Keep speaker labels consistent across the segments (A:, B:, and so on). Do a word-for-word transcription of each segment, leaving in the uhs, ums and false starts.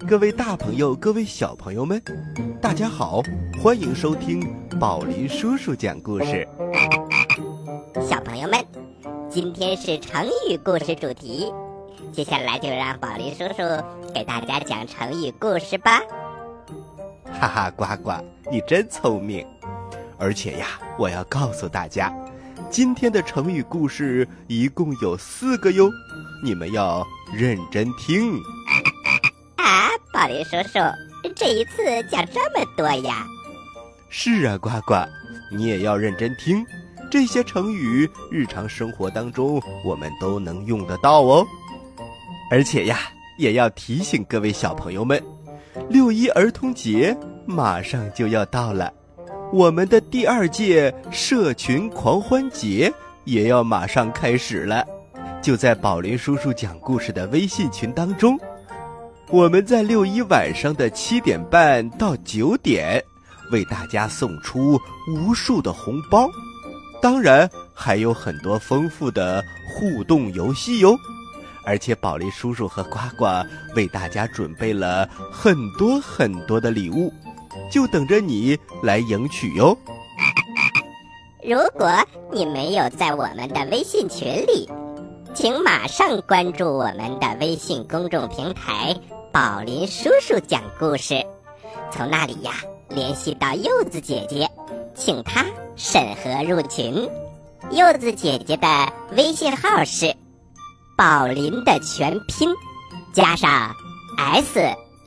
A: 各位大朋友，各位小朋友们，大家好，欢迎收听宝林叔叔讲故事。
B: 小朋友们，今天是成语故事主题，接下来就让宝林叔叔给大家讲成语故事吧。
A: 哈哈，呱呱，你真聪明！而且呀，我要告诉大家，今天的成语故事一共有四个哟，你们要认真听。
B: 啊，宝林叔叔，这一次讲这么多呀？
A: 是啊，呱呱，你也要认真听，这些成语日常生活当中我们都能用得到哦。而且呀，也要提醒各位小朋友们，六一儿童节马上就要到了，我们的第二届社群狂欢节也要马上开始了。就在宝林叔叔讲故事的微信群当中，我们在六一晚上的七点半到九点为大家送出无数的红包，当然还有很多丰富的互动游戏哟。而且宝林叔叔和呱呱为大家准备了很多很多的礼物，就等着你来赢取哟。
B: 如果你没有在我们的微信群里，请马上关注我们的微信公众平台宝林叔叔讲故事，从那里呀联系到柚子姐姐，请她审核入群。柚子姐姐的微信号是宝林的全拼加上 S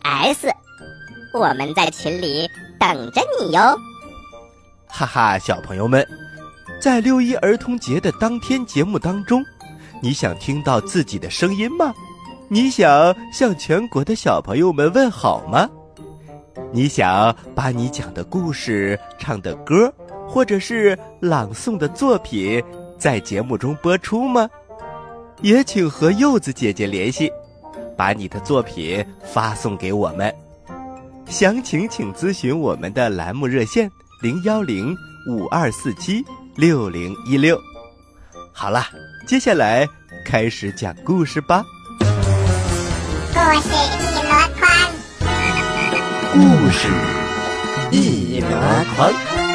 B: S， 我们在群里等着你哟。
A: 哈哈，小朋友们，在六一儿童节的当天节目当中，你想听到自己的声音吗？你想向全国的小朋友们问好吗？你想把你讲的故事、唱的歌，或者是朗诵的作品在节目中播出吗？也请和柚子姐姐联系，把你的作品发送给我们。详情请咨询我们的栏目热线零一零五二四七六零一六。好了，接下来开始讲故事吧。
C: 故事一箩筐，
A: 故事一箩筐。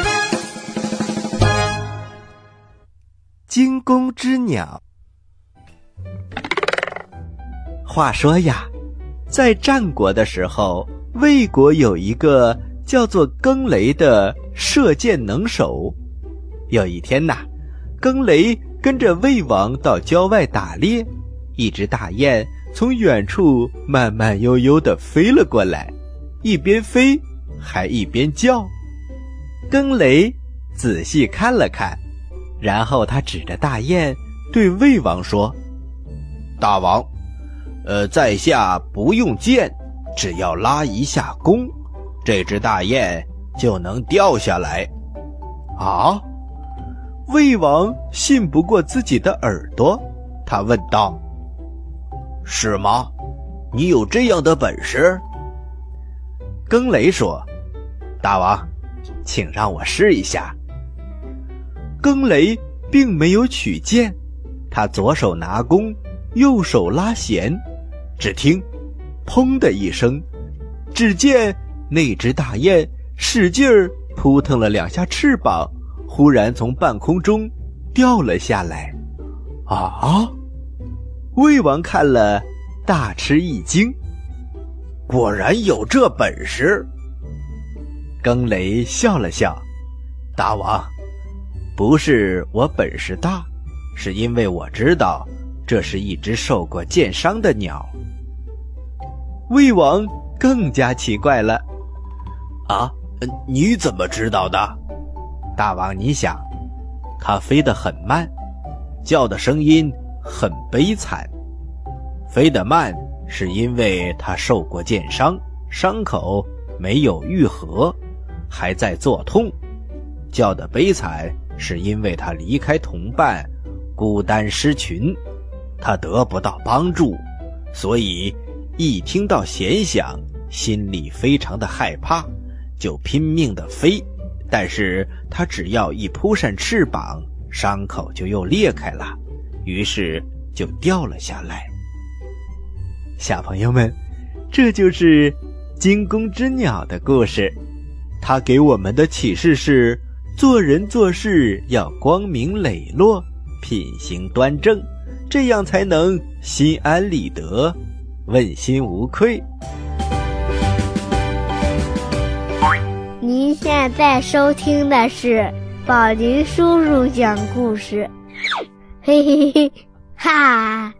A: 惊弓之鸟。话说呀，在战国的时候，魏国有一个叫做更雷的射箭能手。有一天呐，更雷跟着魏王到郊外打猎，一只大雁从远处慢慢悠悠地飞了过来，一边飞还一边叫。更雷仔细看了看，然后他指着大雁对魏王说：大王，呃，在下不用箭，只要拉一下弓，这只大雁就能掉下来。啊？魏王信不过自己的耳朵，他问道：是吗？你有这样的本事？更雷说：大王，请让我试一下。更雷并没有取箭，他左手拿弓，右手拉弦，只听砰的一声，只见那只大雁使劲儿扑腾了两下翅膀，忽然从半空中掉了下来。啊！魏王看了大吃一惊，果然有这本事。更雷笑了笑：大王，不是我本事大，是因为我知道这是一只受过箭伤的鸟。魏王更加奇怪了：啊，你怎么知道的？大王，你想，它飞得很慢，叫的声音很悲惨。飞得慢是因为它受过箭伤，伤口没有愈合，还在作痛。叫的悲惨是因为它离开同伴，孤单失群，它得不到帮助，所以一听到弦响，心里非常的害怕，就拼命地飞。但是它只要一扑扇翅膀，伤口就又裂开了，于是就掉了下来。小朋友们， 这就是惊弓之鸟的故事。它给我们的启示是，做人做事要光明磊落，品行端正，这样才能心安理得，问心无愧。
D: 您现在收听的是宝林叔叔讲故事，嘿嘿嘿，哈！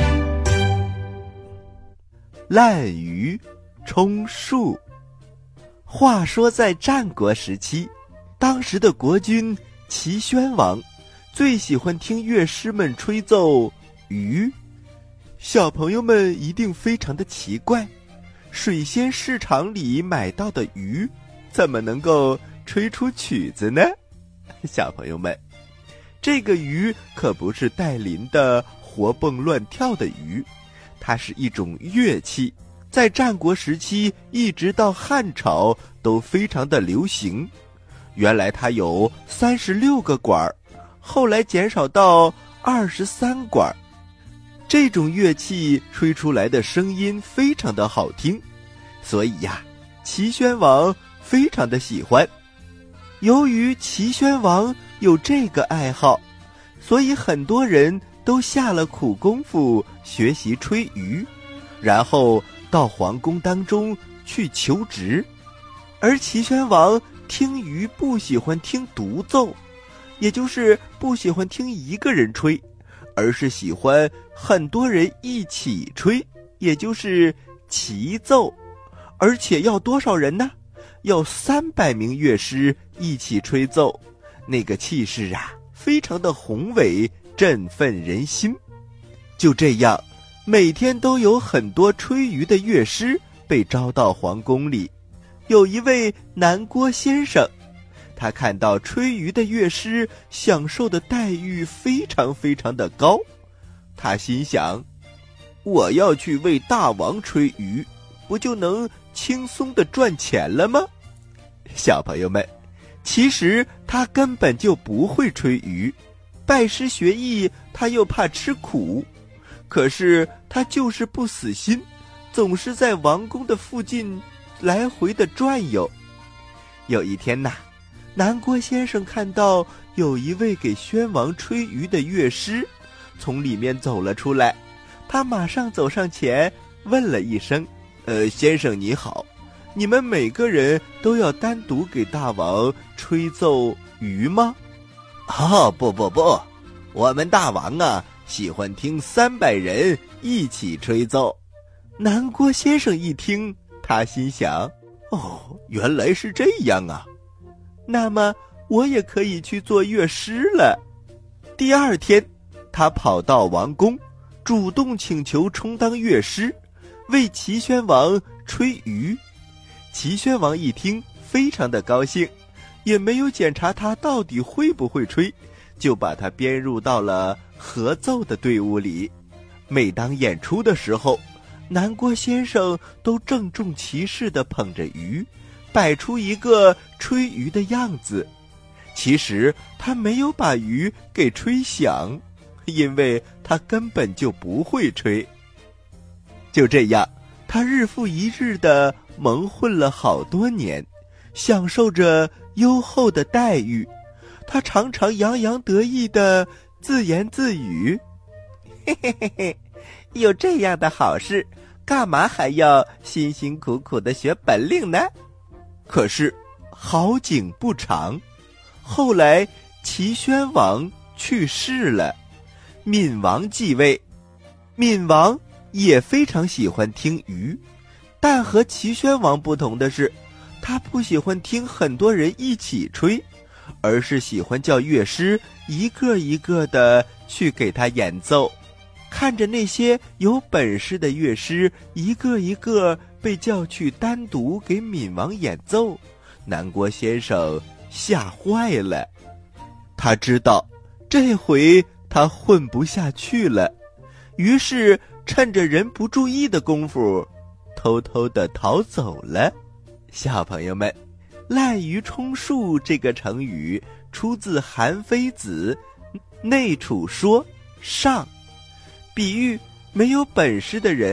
A: 滥竽充数。话说在战国时期，当时的国君齐宣王最喜欢听乐师们吹奏竽。小朋友们一定非常的奇怪，水仙市场里买到的竽怎么能够吹出曲子呢？小朋友们，这个竽可不是带鳞的活蹦乱跳的竽，它是一种乐器，在战国时期一直到汉朝都非常的流行。原来它有三十六个管，后来减少到二十三管。这种乐器吹出来的声音非常的好听，所以呀，齐宣王非常的喜欢。由于齐宣王有这个爱好，所以很多人都下了苦功夫学习吹竽，然后到皇宫当中去求职。而齐宣王听竽不喜欢听独奏，也就是不喜欢听一个人吹，而是喜欢很多人一起吹，也就是齐奏。而且要多少人呢？要三百名乐师一起吹奏，那个气势啊，非常的宏伟，振奋人心。就这样，每天都有很多吹竽的乐师被招到皇宫里。有一位南郭先生，他看到吹竽的乐师享受的待遇非常非常的高，他心想，我要去为大王吹竽，不就能轻松地赚钱了吗？小朋友们，其实他根本就不会吹竽，拜师学艺他又怕吃苦，可是他就是不死心，总是在王宫的附近来回的转悠。有一天呐，南郭先生看到有一位给宣王吹竽的乐师从里面走了出来，他马上走上前问了一声，呃，先生你好，你们每个人都要单独给大王吹奏竽吗？哦，不不不，我们大王啊，喜欢听三百人一起吹奏。南郭先生一听，他心想，哦，原来是这样啊，那么我也可以去做乐师了。第二天，他跑到王宫，主动请求充当乐师，为齐宣王吹竽。齐宣王一听，非常的高兴，也没有检查他到底会不会吹，就把他编入到了合奏的队伍里。每当演出的时候，南郭先生都郑重其事地捧着竽，摆出一个吹竽的样子。其实他没有把竽给吹响，因为他根本就不会吹。就这样，他日复一日地蒙混了好多年，享受着优厚的待遇。他常常洋洋得意地自言自语，嘿嘿嘿嘿，有这样的好事，干嘛还要辛辛苦苦地学本领呢？可是好景不长，后来齐宣王去世了，闵王继位。闵王也非常喜欢听竽，但和齐宣王不同的是，他不喜欢听很多人一起吹，而是喜欢叫乐师一个一个的去给他演奏。看着那些有本事的乐师一个一个被叫去单独给闵王演奏，南郭先生吓坏了。他知道这回他混不下去了，于是趁着人不注意的功夫，偷偷地逃走了。小朋友们，滥竽充数这个成语出自《韩非子·内储说上》，比喻没有本事的人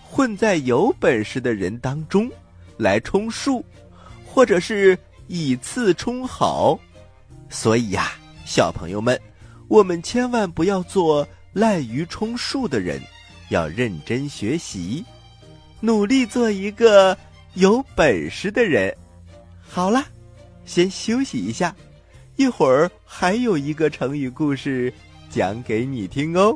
A: 混在有本事的人当中来充数，或者是以次充好。所以呀，小朋友们，我们千万不要做滥竽充数的人，要认真学习，努力做一个有本事的人。好了，先休息一下，一会儿还有一个成语故事讲给你听哦。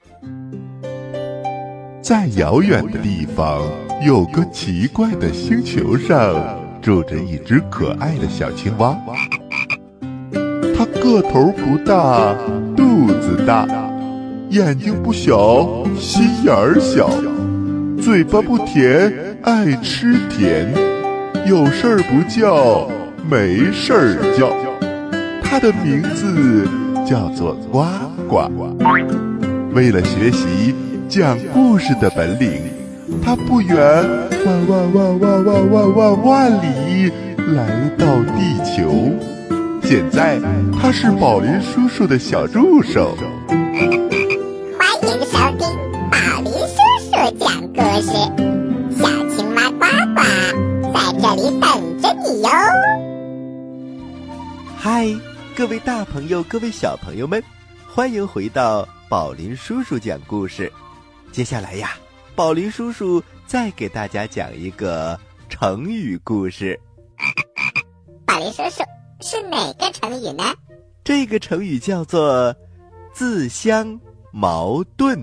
E: 在遥远的地方，有个奇怪的星球上，住着一只可爱的小青蛙。它个头不大，肚子大，眼睛不小，心眼儿小，嘴巴不甜，爱吃甜，有事儿不叫，没事儿叫。它的名字叫做呱呱。为了学习讲故事的本领，它不远万万万万万万万万里来到地球。现在他是宝林叔叔的小助手。
C: 欢迎收听宝林叔叔讲故事，小青蛙呱呱在这里等着你哟。
A: 嗨，各位大朋友，各位小朋友们，欢迎回到宝林叔叔讲故事。接下来呀，宝林叔叔再给大家讲一个成语故事。
C: 宝林叔叔，是哪个成语呢？
A: 这个成语叫做自相矛盾。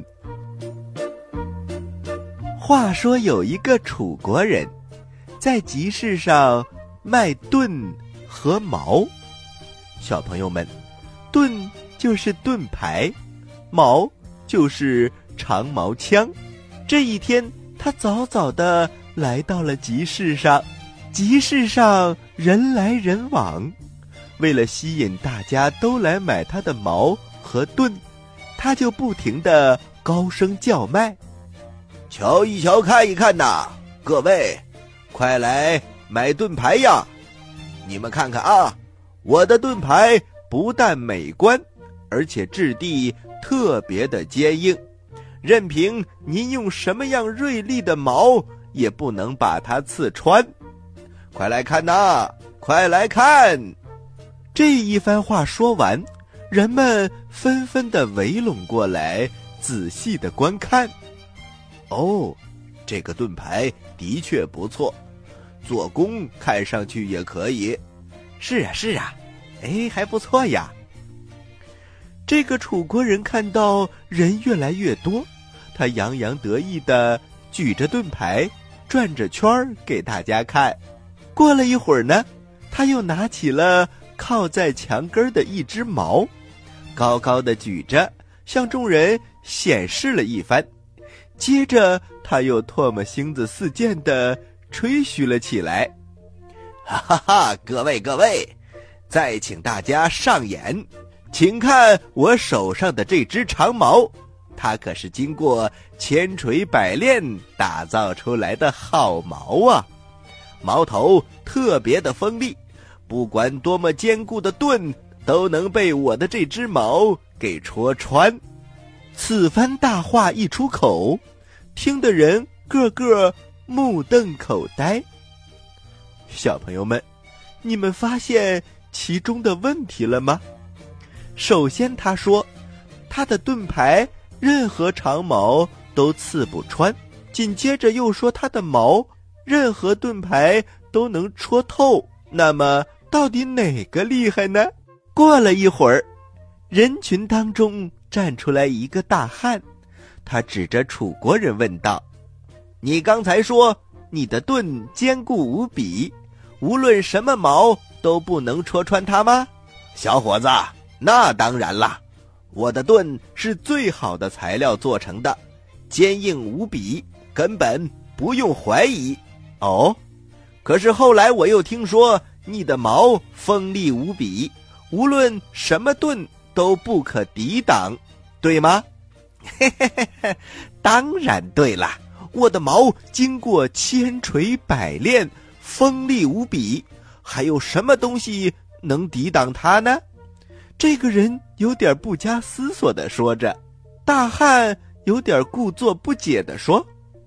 A: 话说有一个楚国人，在集市上卖盾和矛。小朋友们，盾就是盾牌，矛就是长矛枪。这一天，他早早地来到了集市上。集市上人来人往，为了吸引大家都来买他的矛和盾，他就不停地高声叫卖：瞧一瞧，看一看呐，各位，快来买盾牌呀！你们看看啊，我的盾牌不但美观，而且质地特别的坚硬，任凭您用什么样锐利的矛，也不能把它刺穿。快来看呐，快来看！这一番话说完，人们纷纷地围拢过来，仔细地观看。哦，这个盾牌的确不错，做工看上去也可以。是啊，是啊，哎，还不错呀。这个楚国人看到人越来越多，他洋洋得意地举着盾牌，转着圈儿给大家看。过了一会儿呢，他又拿起了靠在墙根的一只矛，高高的举着，向众人显示了一番。接着他又唾沫星子四溅地吹嘘了起来。哈哈哈，各位各位，再请大家上眼，请看我手上的这只长矛，它可是经过千锤百炼打造出来的好矛啊！矛头特别的锋利，不管多么坚固的盾都能被我的这只矛给戳穿。此番大话一出口，听的人个个目瞪口呆。小朋友们，你们发现其中的问题了吗？首先他说，他的盾牌任何长矛都刺不穿，紧接着又说他的矛任何盾牌都能戳透。那么到底哪个厉害呢？过了一会儿，人群当中站出来一个大汉，他指着楚国人问道：你刚才说你的盾坚固无比，无论什么矛都不能戳穿它吗？小伙子，那当然啦，我的盾是最好的材料做成的，坚硬无比，根本不用怀疑。哦，可是后来我又听说你的矛锋利无比，无论什么盾都不可抵挡，对吗？嘿嘿嘿嘿，当然对了，我的矛经过千锤百炼，锋利无比，还有什么东西能抵挡它呢？这个人有点不加思索地说着。大汉有点故作不解地说：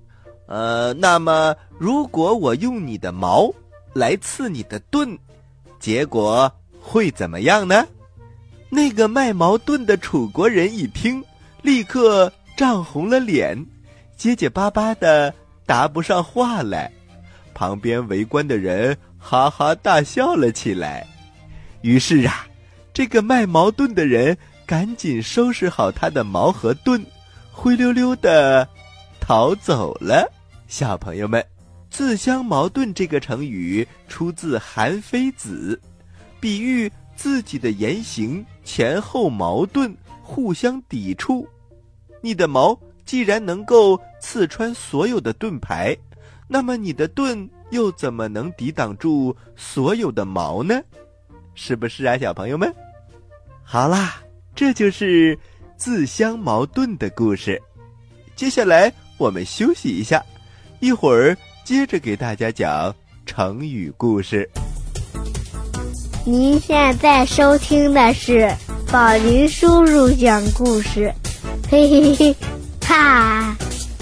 A: 呃，那么如果我用你的矛来刺你的盾，结果会怎么样呢？那个卖矛盾的楚国人一听，立刻涨红了脸，结结巴巴的答不上话来。旁边围观的人哈哈大笑了起来。于是啊，这个卖矛盾的人赶紧收拾好他的矛和盾，灰溜溜的逃走了。小朋友们，自相矛盾这个成语出自《韩非子》，比喻自己的言行前后矛盾，互相抵触。你的矛既然能够刺穿所有的盾牌，那么你的盾又怎么能抵挡住所有的矛呢？是不是啊，小朋友们？好啦，这就是自相矛盾的故事。接下来我们休息一下，一会儿接着给大家讲成语故事。
D: 您现在收听的是宝林叔叔讲故事，嘿嘿嘿，哈！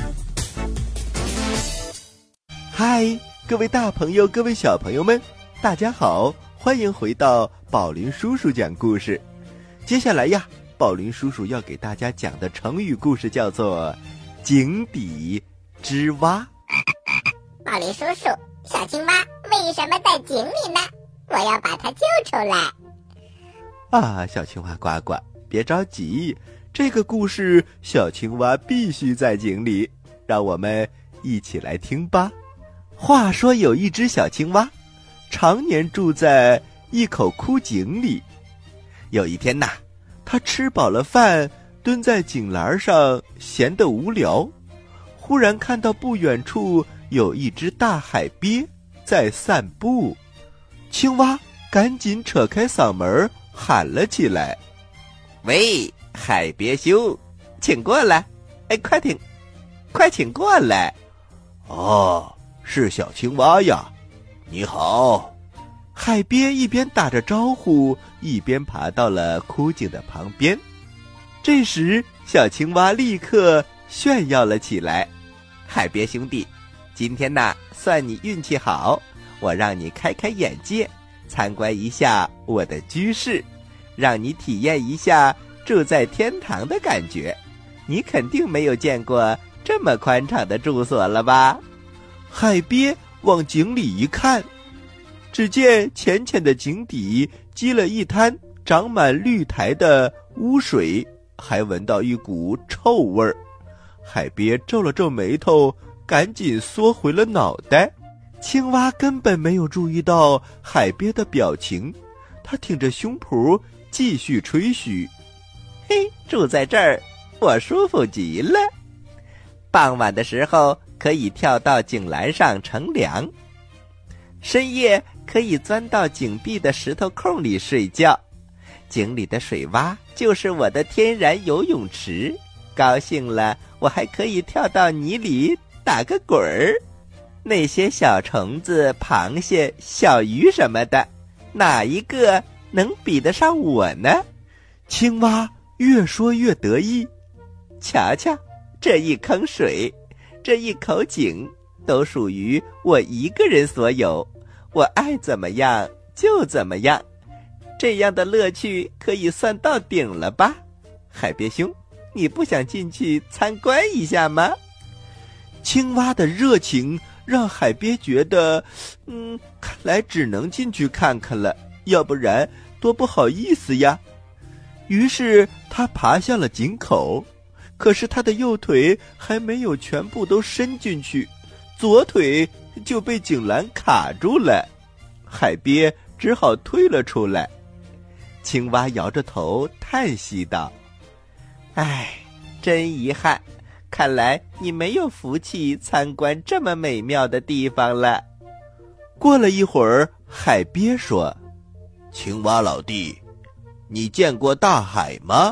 A: 嗨，各位大朋友，各位小朋友们，大家好，欢迎回到宝林叔叔讲故事。接下来呀，宝林叔叔要给大家讲的成语故事叫做井底之蛙。
C: 宝林叔叔，小青蛙为什么在井里呢？我要把它救出来。
A: 啊，小青蛙呱呱，别着急，这个故事小青蛙必须在井里，让我们一起来听吧。话说有一只小青蛙，常年住在一口枯井里。有一天呐，它吃饱了饭，蹲在井栏上闲得无聊，忽然看到不远处有一只大海鳖在散步。青蛙赶紧扯开嗓门喊了起来：喂，海鳖兄，请过来！哎，快请，快请过来！哦，是小青蛙呀，你好。海鳖一边打着招呼，一边爬到了枯井的旁边。这时，小青蛙立刻炫耀了起来：海鳖兄弟，今天呐，算你运气好，我让你开开眼界，参观一下我的居室，让你体验一下住在天堂的感觉。你肯定没有见过这么宽敞的住所了吧？海鳖往井里一看，只见浅浅的井底积了一滩长满绿苔的污水，还闻到一股臭味儿。海鳖皱了皱眉头，赶紧缩回了脑袋。青蛙根本没有注意到海鳖的表情，他挺着胸脯继续吹嘘：嘿，住在这儿我舒服极了。傍晚的时候可以跳到井栏上乘凉，深夜可以钻到井壁的石头空里睡觉，井里的水洼就是我的天然游泳池，高兴了我还可以跳到泥里打个滚儿。那些小虫子、螃蟹、小鱼什么的，哪一个能比得上我呢？青蛙越说越得意，瞧瞧，这一坑水，这一口井，都属于我一个人所有，我爱怎么样就怎么样，这样的乐趣可以算到顶了吧？海鳖兄，你不想进去参观一下吗？青蛙的热情让海鳖觉得，嗯，看来只能进去看看了，要不然多不好意思呀。于是他爬向了井口，可是他的右腿还没有全部都伸进去，左腿就被井栏卡住了。海鳖只好退了出来。青蛙摇着头叹息道：唉，真遗憾，看来你没有福气参观这么美妙的地方了。过了一会儿，海鳖说：青蛙老弟，你见过大海吗？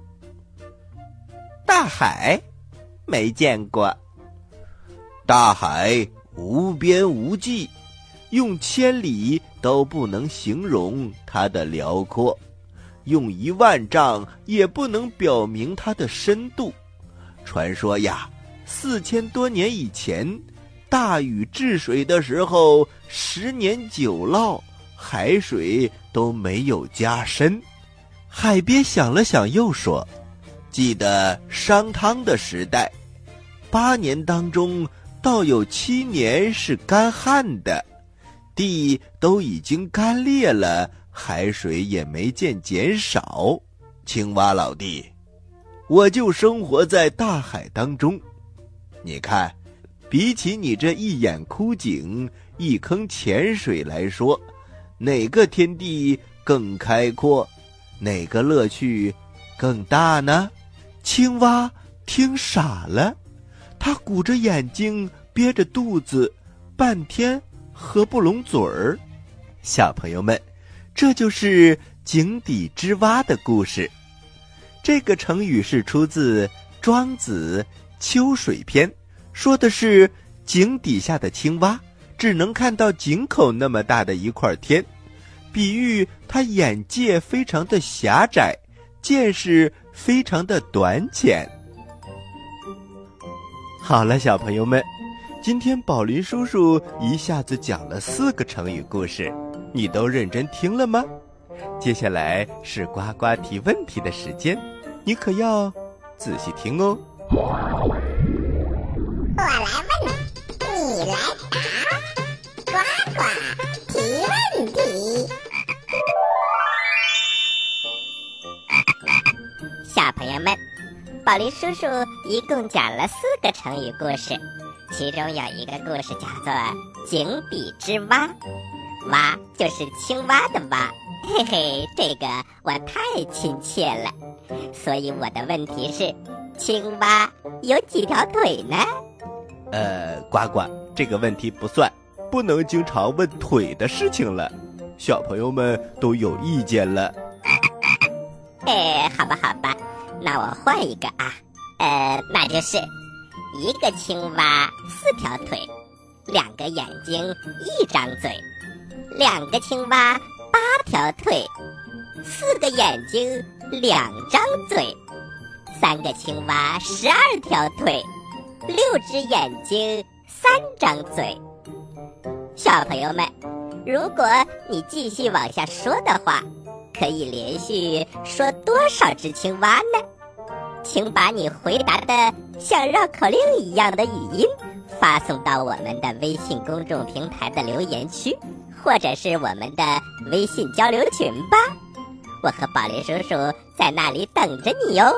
A: 大海？没见过。大海无边无际，用千里都不能形容它的辽阔，用一万丈也不能表明它的深度。传说呀， 四千多年以前，大禹治水的时候，十年九涝，海水都没有加深。海鳖想了想，又说：“记得商汤的时代，八年当中，倒有七年是干旱的，地都已经干裂了，海水也没见减少。青蛙老弟，我就生活在大海当中，你看，比起你这一眼枯井、一坑浅水来说，哪个天地更开阔？哪个乐趣更大呢？”青蛙听傻了，他鼓着眼睛，憋着肚子，半天合不拢嘴儿。小朋友们，这就是井底之蛙的故事。这个成语是出自《庄子·秋水篇》，说的是井底下的青蛙只能看到井口那么大的一块天，比喻他眼界非常的狭窄，见识非常的短浅。好了，小朋友们，今天宝林叔叔一下子讲了四个成语故事，你都认真听了吗？接下来是呱呱提问题的时间，你可要仔细听哦。
C: 我来问，你来答，呱呱提问题。
B: 小朋友们，宝林叔叔一共讲了四个成语故事，其中有一个故事叫做井底之蛙，蛙就是青蛙的蛙，嘿嘿，这个我太亲切了。所以我的问题是，青蛙有几条腿呢？
A: 呃，呱呱，这个问题不算，不能经常问腿的事情了，小朋友们都有意见了。
B: 哎，好吧好吧，那我换一个啊，呃，那就是一个青蛙四条腿，两个眼睛一张嘴，两个青蛙八条腿，四个眼睛两张嘴，三个青蛙十二条腿，六只眼睛三张嘴。小朋友们，如果你继续往下说的话，可以连续说多少只青蛙呢？请把你回答的像绕口令一样的语音发送到我们的微信公众平台的留言区，或者是我们的微信交流群吧。我和宝林叔叔在那里等着你哟。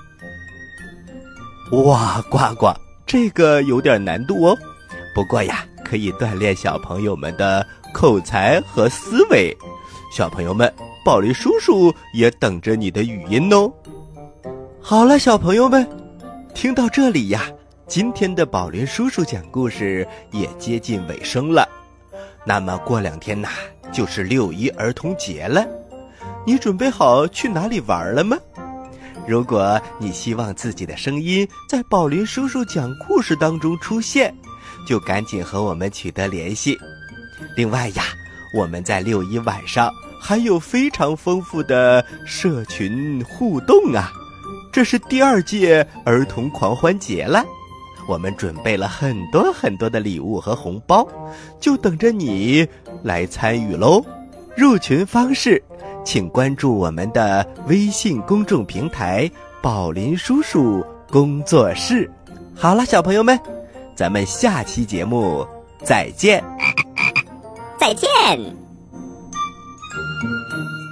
A: 哇，呱呱，这个有点难度哦。不过呀，可以锻炼小朋友们的口才和思维。小朋友们，宝林叔叔也等着你的语音哦。好了，小朋友们，听到这里呀，今天的宝林叔叔讲故事也接近尾声了。那么过两天呐，就是六一儿童节了，你准备好去哪里玩了吗？如果你希望自己的声音在宝林叔叔讲故事当中出现，就赶紧和我们取得联系。另外呀，我们在六一晚上还有非常丰富的社群互动啊！这是第二届儿童狂欢节了，我们准备了很多很多的礼物和红包，就等着你来参与喽。入群方式，请关注我们的微信公众平台宝林叔叔工作室。好了，小朋友们，咱们下期节目再见。
B: 再见。